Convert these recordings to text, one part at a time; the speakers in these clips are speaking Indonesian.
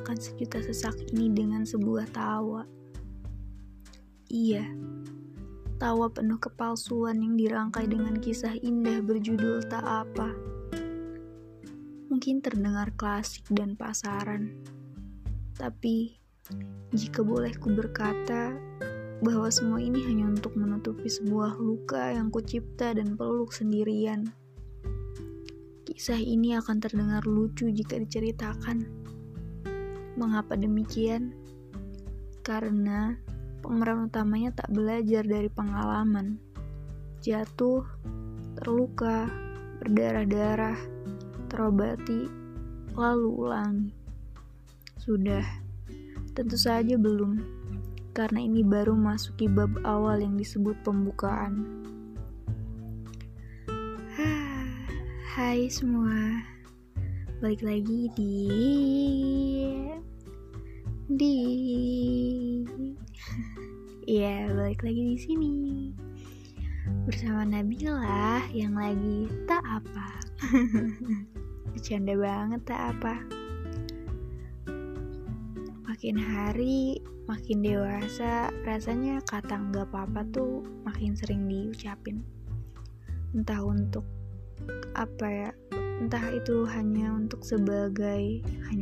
meredakan sejuta sesak ini dengan sebuah tawa. Iya, tawa penuh kepalsuan yang dirangkai dengan kisah indah berjudul Tak Apa. Mungkin terdengar klasik dan pasaran, tapi jika boleh ku berkata bahwa semua ini hanya untuk menutupi sebuah luka yang kucipta dan peluk sendirian. Kisah ini akan terdengar lucu jika diceritakan. Mengapa demikian? Karena pemeran utamanya tak belajar dari pengalaman. Jatuh, terluka, berdarah-darah, terobati, lalu ulangi. Sudah, tentu saja belum, karena ini baru masuki bab awal yang disebut pembukaan. Hai semua, balik lagi balik lagi di sini bersama Nabila yang lagi tak apa. Bercanda banget tak apa. Makin hari makin dewasa, rasanya kata nggak apa-apa tuh makin sering diucapin. Entah untuk apa ya, entah itu hanya untuk sebagai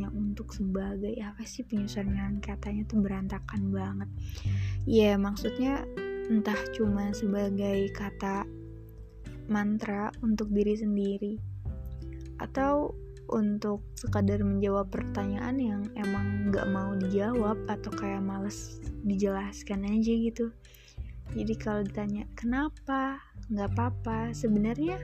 apa sih, penyusunan katanya tuh berantakan banget. Ya maksudnya entah cuma sebagai kata mantra untuk diri sendiri, atau untuk sekadar menjawab pertanyaan yang emang gak mau dijawab atau kayak males dijelaskan aja gitu. Jadi kalau ditanya kenapa, gak apa-apa, sebenarnya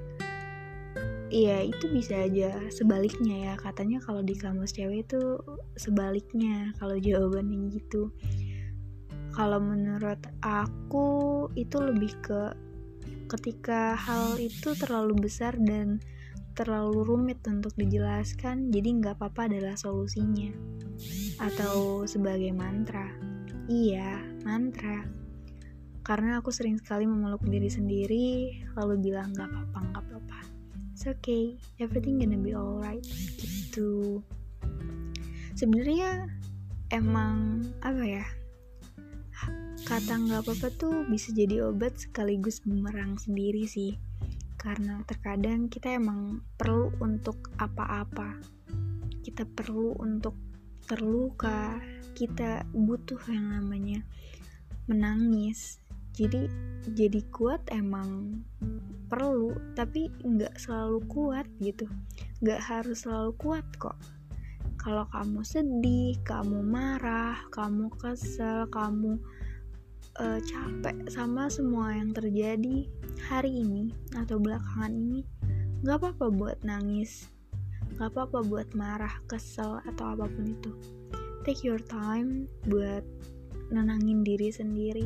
ya itu bisa aja sebaliknya ya. Katanya kalau di kamus cewek itu sebaliknya kalau jawabannya gitu. Kalau menurut aku itu lebih ke ketika hal itu terlalu besar dan terlalu rumit untuk dijelaskan, jadi gak apa-apa adalah solusinya. Atau sebagai mantra. Iya, mantra. Karena aku sering sekali memeluk diri sendiri lalu bilang gak apa-apa, it's okay, everything gonna be alright gitu. Sebenarnya emang apa ya, kata gak apa-apa tuh bisa jadi obat sekaligus bumerang sendiri sih. Karena terkadang kita emang perlu untuk apa-apa, kita perlu untuk terluka, kita butuh yang namanya menangis. Jadi kuat emang perlu, tapi gak selalu kuat gitu. Gak harus selalu kuat kok. Kalau kamu sedih, kamu marah, kamu kesel, kamu capek sama semua yang terjadi hari ini atau belakangan ini, gak apa-apa buat nangis, gak apa-apa buat marah, kesel, atau apapun itu. Take your time buat nenangin diri sendiri.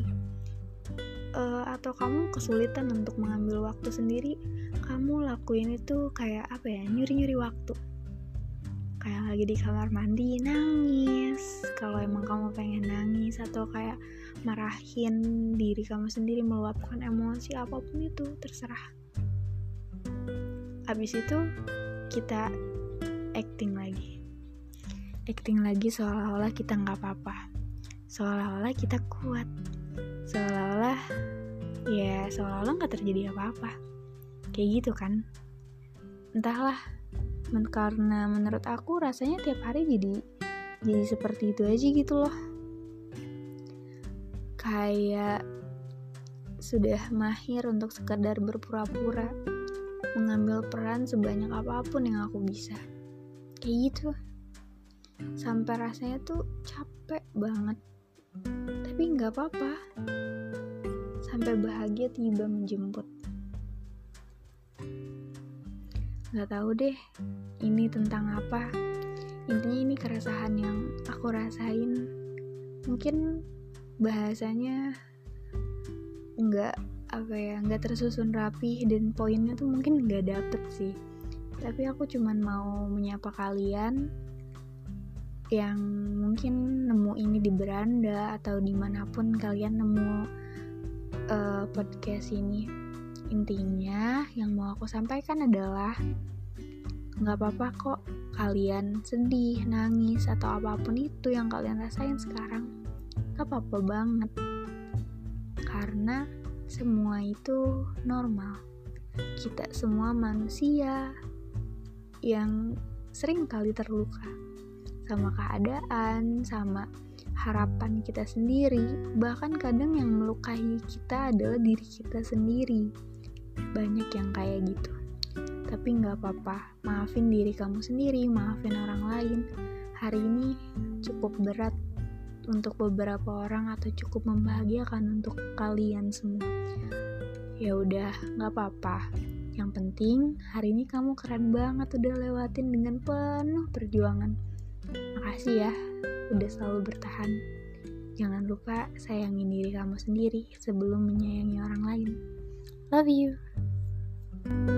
Atau kamu kesulitan untuk mengambil waktu sendiri, kamu lakuin itu kayak apa ya, nyuri-nyuri waktu. Kayak lagi di kamar mandi nangis kalau emang kamu pengen nangis, atau kayak marahin diri kamu sendiri, meluapkan emosi apapun itu, terserah. Abis itu kita acting lagi seolah-olah kita gak apa-apa, seolah-olah kita kuat, seolah-olah gak terjadi apa-apa, kayak gitu kan. Entahlah, karena menurut aku rasanya tiap hari jadi seperti itu aja gitu loh. Kayak sudah mahir untuk sekadar berpura-pura, mengambil peran sebanyak apapun yang aku bisa, kayak gitu. Sampai rasanya tuh capek banget, tapi gak apa-apa. Sampai bahagia tiba menjemput. Gak tahu deh ini tentang apa. Intinya ini keresahan yang aku rasain. Mungkin bahasanya nggak tersusun rapi dan poinnya tuh mungkin nggak dapet sih. Tapi aku cuman mau menyapa kalian yang mungkin nemu ini di beranda atau dimanapun kalian nemu podcast ini. Intinya yang mau aku sampaikan adalah nggak apa-apa kok kalian sedih, nangis, atau apapun itu yang kalian rasain sekarang, gak apa-apa banget. Karena semua itu normal. Kita semua manusia yang sering kali terluka sama keadaan, sama harapan kita sendiri. Bahkan kadang yang melukai kita adalah diri kita sendiri. Banyak yang kayak gitu. Tapi gak apa-apa, maafin diri kamu sendiri, maafin orang lain. Hari ini cukup berat untuk beberapa orang atau cukup membahagiakan untuk kalian semua. Ya udah, gak apa-apa. Yang penting hari ini kamu keren banget udah lewatin dengan penuh perjuangan. Makasih ya, udah selalu bertahan. Jangan lupa sayangin diri kamu sendiri sebelum menyayangi orang lain. Love you.